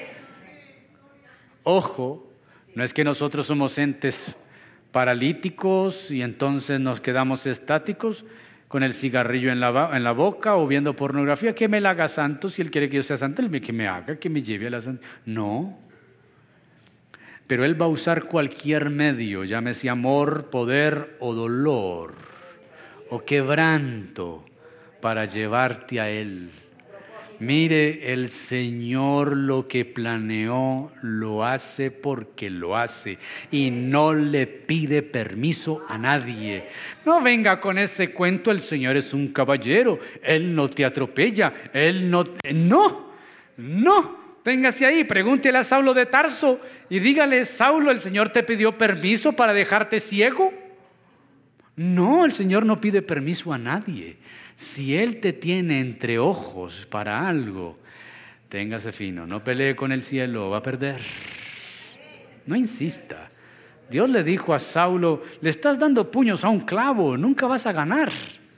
[SPEAKER 1] Ojo, no es que nosotros somos entes paralíticos y entonces nos quedamos estáticos con el cigarrillo en la boca o viendo pornografía. Que me la haga santo. Si Él quiere que yo sea santo, Él que me haga, que me lleve a la santidad. No. pero Él va a usar cualquier medio, llámese amor, poder o dolor o quebranto para llevarte a Él. Mire, el Señor lo que planeó lo hace porque lo hace y no le pide permiso a nadie. No venga con ese cuento, el Señor es un caballero, Él no te atropella, Él no... No, véngase ahí, pregúntele a Saulo de Tarso y dígale: Saulo, ¿el Señor te pidió permiso para dejarte ciego? No, el Señor no pide permiso a nadie. Si Él te tiene entre ojos para algo, téngase fino, no pelee con el cielo, va a perder. No insista. Dios le dijo a Saulo: le estás dando puños a un clavo, nunca vas a ganar.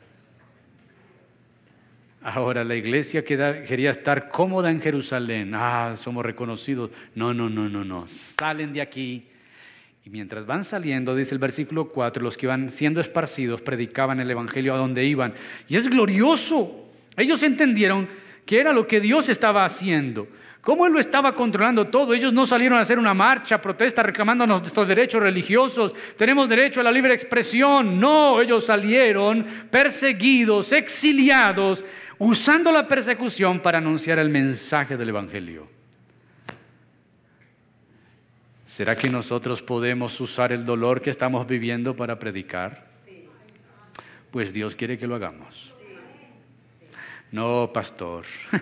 [SPEAKER 1] Ahora la iglesia quería estar cómoda en Jerusalén. Somos reconocidos. No. Salen de aquí. Y mientras van saliendo, dice el versículo 4, los que iban siendo esparcidos predicaban el evangelio a donde iban. Y es glorioso. Ellos entendieron que era lo que Dios estaba haciendo, cómo Él lo estaba controlando todo. Ellos no salieron a hacer una marcha, protesta, reclamándonos nuestros derechos religiosos. Tenemos derecho a la libre expresión. No, ellos salieron perseguidos, exiliados, usando la persecución para anunciar el mensaje del evangelio. ¿Será que nosotros podemos usar el dolor que estamos viviendo para predicar? Pues Dios quiere que lo hagamos. No, pastor,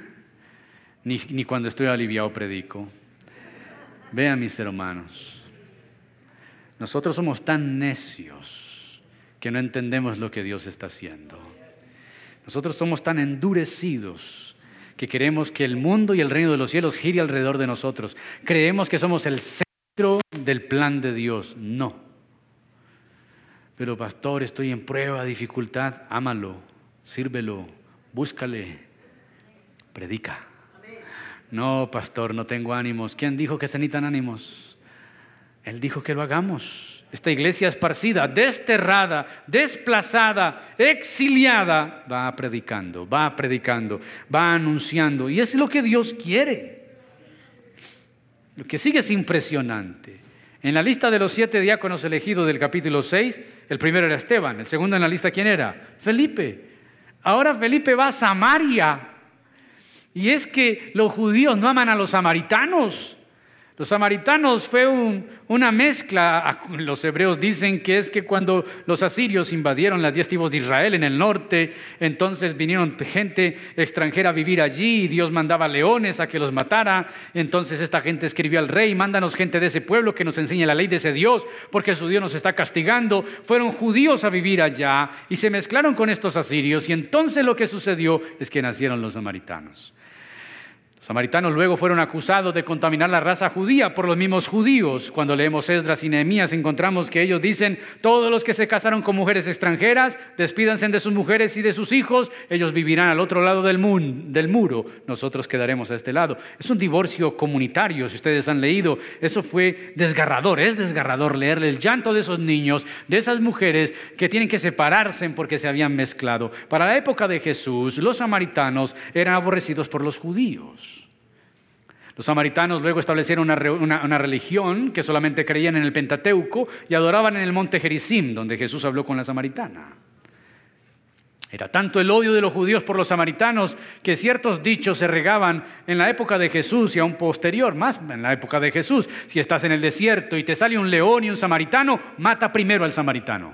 [SPEAKER 1] ni cuando estoy aliviado predico. Vean, mis hermanos, nosotros somos tan necios que no entendemos lo que Dios está haciendo. Nosotros somos tan endurecidos que queremos que el mundo y el reino de los cielos gire alrededor de nosotros. Creemos que somos el centro del plan de Dios. No. Pero pastor, estoy en prueba, dificultad. Ámalo, sírvelo, búscale, predica. No, pastor, no tengo ánimos. ¿Quién dijo que se necesitan ánimos? Él dijo que lo hagamos. Esta iglesia esparcida, desterrada, desplazada, exiliada, va predicando, va anunciando. Y es lo que Dios quiere. Lo que sigue es impresionante. En la lista de los 7 diáconos elegidos del capítulo 6, el primero era Esteban. El segundo en la lista, ¿quién era? Felipe. Ahora Felipe va a Samaria. Y es que los judíos no aman a los samaritanos. Los samaritanos fue una mezcla. Los hebreos dicen que es que cuando los asirios invadieron las 10 tribus de Israel en el norte, entonces vinieron gente extranjera a vivir allí y Dios mandaba leones a que los matara. Entonces esta gente escribió al rey: mándanos gente de ese pueblo que nos enseñe la ley de ese Dios, porque su Dios nos está castigando. Fueron judíos a vivir allá y se mezclaron con estos asirios, y entonces lo que sucedió es que nacieron los samaritanos. Los samaritanos luego fueron acusados de contaminar la raza judía por los mismos judíos. Cuando leemos Esdras y Nehemías encontramos que ellos dicen: todos los que se casaron con mujeres extranjeras, despídanse de sus mujeres y de sus hijos, ellos vivirán al otro lado del muro, nosotros quedaremos a este lado. Es un divorcio comunitario, si ustedes han leído. Eso fue desgarrador, es desgarrador leerle el llanto de esos niños, de esas mujeres que tienen que separarse porque se habían mezclado. Para la época de Jesús, los samaritanos eran aborrecidos por los judíos. Los samaritanos luego establecieron una religión que solamente creían en el Pentateuco y adoraban en el monte Gerizim, donde Jesús habló con la samaritana. Era tanto el odio de los judíos por los samaritanos que ciertos dichos se regaban en la época de Jesús y aún posterior, más en la época de Jesús. Si estás en el desierto y te sale un león y un samaritano, mata primero al samaritano.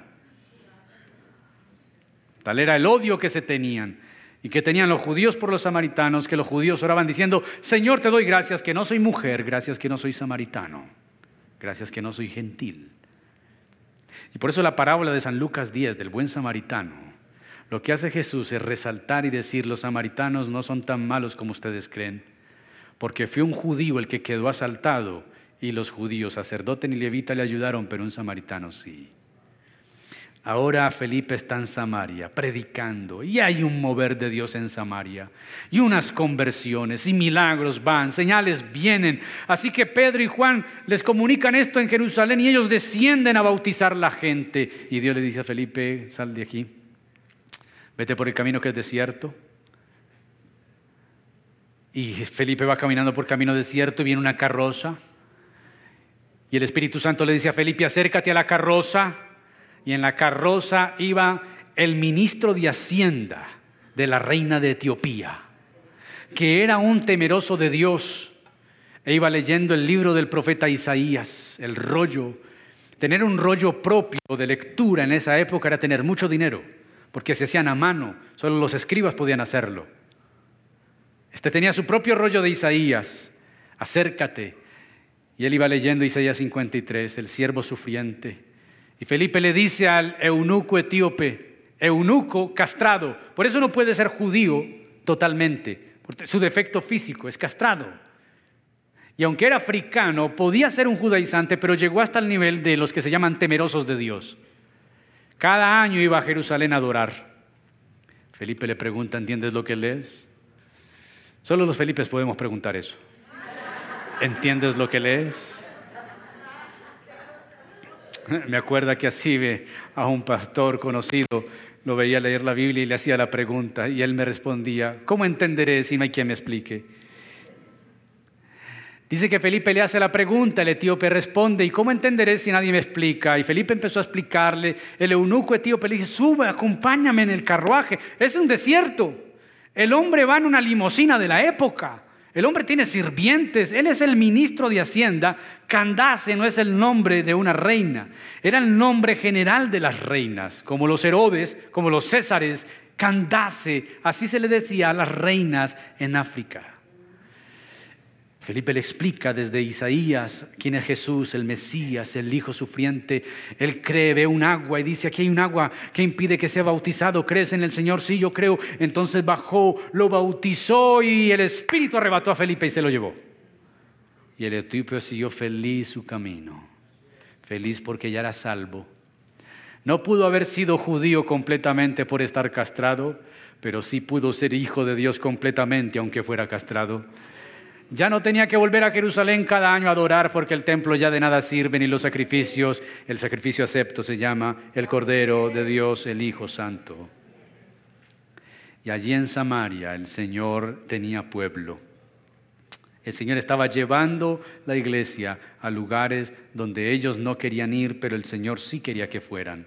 [SPEAKER 1] Tal era el odio que se tenían y que tenían los judíos por los samaritanos, que los judíos oraban diciendo: Señor, te doy gracias que no soy mujer, gracias que no soy samaritano, gracias que no soy gentil. Y por eso la parábola de San Lucas 10 del buen samaritano, lo que hace Jesús es resaltar y decir: los samaritanos no son tan malos como ustedes creen, porque fue un judío el que quedó asaltado y los judíos, sacerdote ni levita, le ayudaron, pero un samaritano sí. Ahora Felipe está en Samaria predicando y hay un mover de Dios en Samaria y unas conversiones y milagros van, señales vienen. Así que Pedro y Juan les comunican esto en Jerusalén y ellos descienden a bautizar la gente. Y Dios le dice a Felipe: sal de aquí, vete por el camino que es desierto. Y Felipe va caminando por camino desierto y viene una carroza. Y el Espíritu Santo le dice a Felipe: acércate a la carroza. Y en la carroza iba el ministro de Hacienda de la reina de Etiopía, que era un temeroso de Dios, e iba leyendo el libro del profeta Isaías, el rollo. Tener un rollo propio de lectura en esa época era tener mucho dinero, porque se hacían a mano, solo los escribas podían hacerlo. Este tenía su propio rollo de Isaías. Acércate. Y él iba leyendo Isaías 53, el siervo sufriente. Y Felipe le dice al eunuco etíope, eunuco castrado, por eso no puede ser judío totalmente, porque su defecto físico es castrado. Y aunque era africano, podía ser un judaizante, pero llegó hasta el nivel de los que se llaman temerosos de Dios. Cada año iba a Jerusalén a adorar. Felipe le pregunta: ¿entiendes lo que lees? Solo los Felipes podemos preguntar eso. ¿Entiendes lo que lees? Me acuerdo que así a un pastor conocido, lo veía leer la Biblia y le hacía la pregunta, y él me respondía: ¿cómo entenderé si no hay quien me explique? Dice que Felipe le hace la pregunta, el etíope responde: ¿y cómo entenderé si nadie me explica? Y Felipe empezó a explicarle. El eunuco etíope le dice: sube, acompáñame en el carruaje, es un desierto. El hombre va en una limusina de la época. El hombre tiene sirvientes, él es el ministro de Hacienda. Candace no es el nombre de una reina, era el nombre general de las reinas, como los Herodes, como los Césares. Candace, así se le decía a las reinas en África. Felipe le explica desde Isaías quién es Jesús, el Mesías, el Hijo sufriente. Él cree, ve un agua y dice: aquí hay un agua que impide que sea bautizado. ¿Crees en el Señor? Sí, yo creo. Entonces bajó, lo bautizó y el Espíritu arrebató a Felipe y se lo llevó. Y el etíope siguió feliz su camino, feliz porque ya era salvo. No pudo haber sido judío completamente por estar castrado, pero sí pudo ser hijo de Dios completamente aunque fuera castrado. Ya no tenía que volver a Jerusalén cada año a adorar, porque el templo ya de nada sirve, ni los sacrificios. El sacrificio acepto se llama el Cordero de Dios, el Hijo Santo. Y allí en Samaria el Señor tenía pueblo. El Señor estaba llevando la iglesia a lugares donde ellos no querían ir, pero el Señor sí quería que fueran.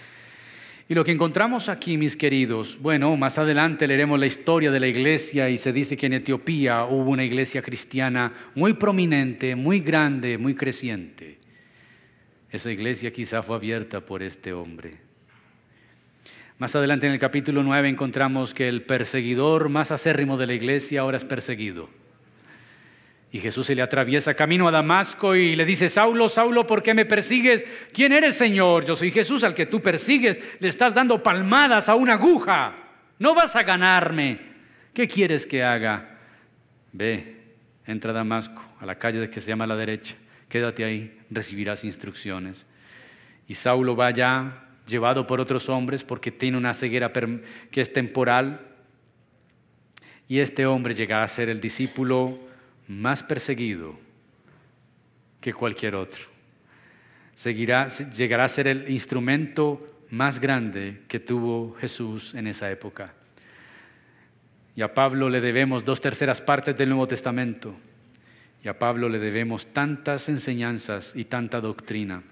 [SPEAKER 1] Y lo que encontramos aquí, mis queridos, bueno, más adelante leeremos la historia de la iglesia y se dice que en Etiopía hubo una iglesia cristiana muy prominente, muy grande, muy creciente. Esa iglesia quizá fue abierta por este hombre. Más adelante en el capítulo 9 encontramos que el perseguidor más acérrimo de la iglesia ahora es perseguido. Y Jesús se le atraviesa camino a Damasco y le dice: Saulo, Saulo, ¿por qué me persigues? ¿Quién eres, Señor? Yo soy Jesús al que tú persigues. Le estás dando palmadas a una aguja. No vas a ganarme. ¿Qué quieres que haga? Ve, entra a Damasco, a la calle que se llama a la derecha. Quédate ahí, recibirás instrucciones. Y Saulo va allá, llevado por otros hombres, porque tiene una ceguera que es temporal. Y este hombre llega a ser el discípulo más perseguido que cualquier otro. Llegará a ser el instrumento más grande que tuvo Jesús en esa época. Y a Pablo le debemos 2/3 partes del Nuevo Testamento. Y a Pablo le debemos tantas enseñanzas y tanta doctrina.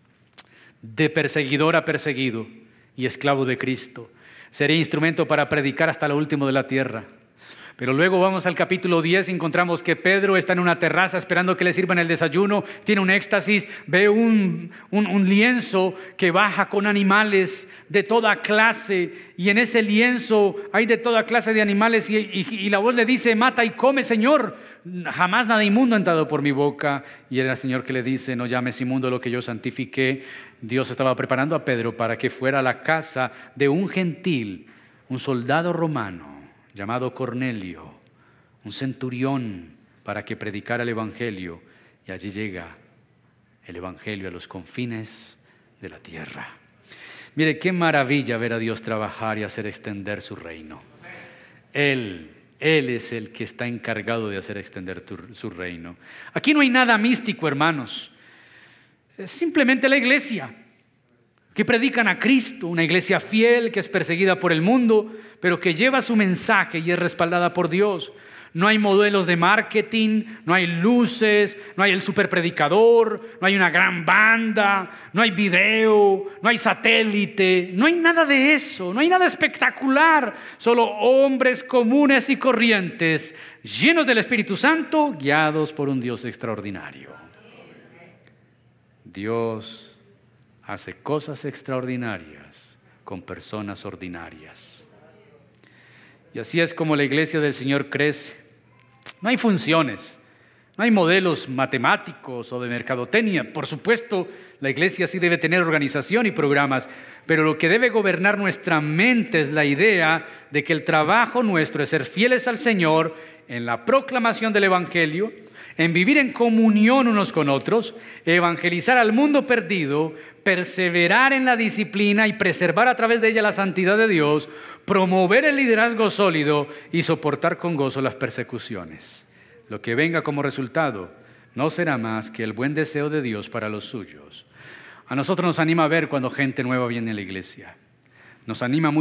[SPEAKER 1] De perseguidor a perseguido y esclavo de Cristo. Seré instrumento para predicar hasta lo último de la tierra. Pero luego vamos al capítulo 10 y encontramos que Pedro está en una terraza esperando que le sirvan el desayuno. Tiene un éxtasis, ve un lienzo que baja con animales de toda clase. Y en ese lienzo hay de toda clase de animales y la voz le dice: mata y come, Señor. Jamás nada inmundo ha entrado por mi boca. Y era el Señor que le dice: no llames inmundo lo que yo santifiqué. Dios estaba preparando a Pedro para que fuera a la casa de un gentil, un soldado romano llamado Cornelio, un centurión, para que predicara el evangelio. Y allí llega el evangelio a los confines de la tierra. Mire qué maravilla ver a Dios trabajar y hacer extender su reino. Él es el que está encargado de hacer extender su reino. Aquí no hay nada místico, hermanos. Es simplemente la iglesia que predican a Cristo, una iglesia fiel que es perseguida por el mundo, pero que lleva su mensaje y es respaldada por Dios. No hay modelos de marketing, no hay luces, no hay el superpredicador, no hay una gran banda, no hay video, no hay satélite, no hay nada de eso, no hay nada espectacular. Solo hombres comunes y corrientes, llenos del Espíritu Santo, guiados por un Dios extraordinario. Dios hace cosas extraordinarias con personas ordinarias. Y así es como la iglesia del Señor crece. No hay funciones, no hay modelos matemáticos o de mercadotecnia. Por supuesto, la iglesia sí debe tener organización y programas, pero lo que debe gobernar nuestra mente es la idea de que el trabajo nuestro es ser fieles al Señor en la proclamación del Evangelio, en vivir en comunión unos con otros, evangelizar al mundo perdido, perseverar en la disciplina y preservar a través de ella la santidad de Dios, promover el liderazgo sólido y soportar con gozo las persecuciones. Lo que venga como resultado no será más que el buen deseo de Dios para los suyos. A nosotros nos anima a ver cuando gente nueva viene a la iglesia. Nos anima mucho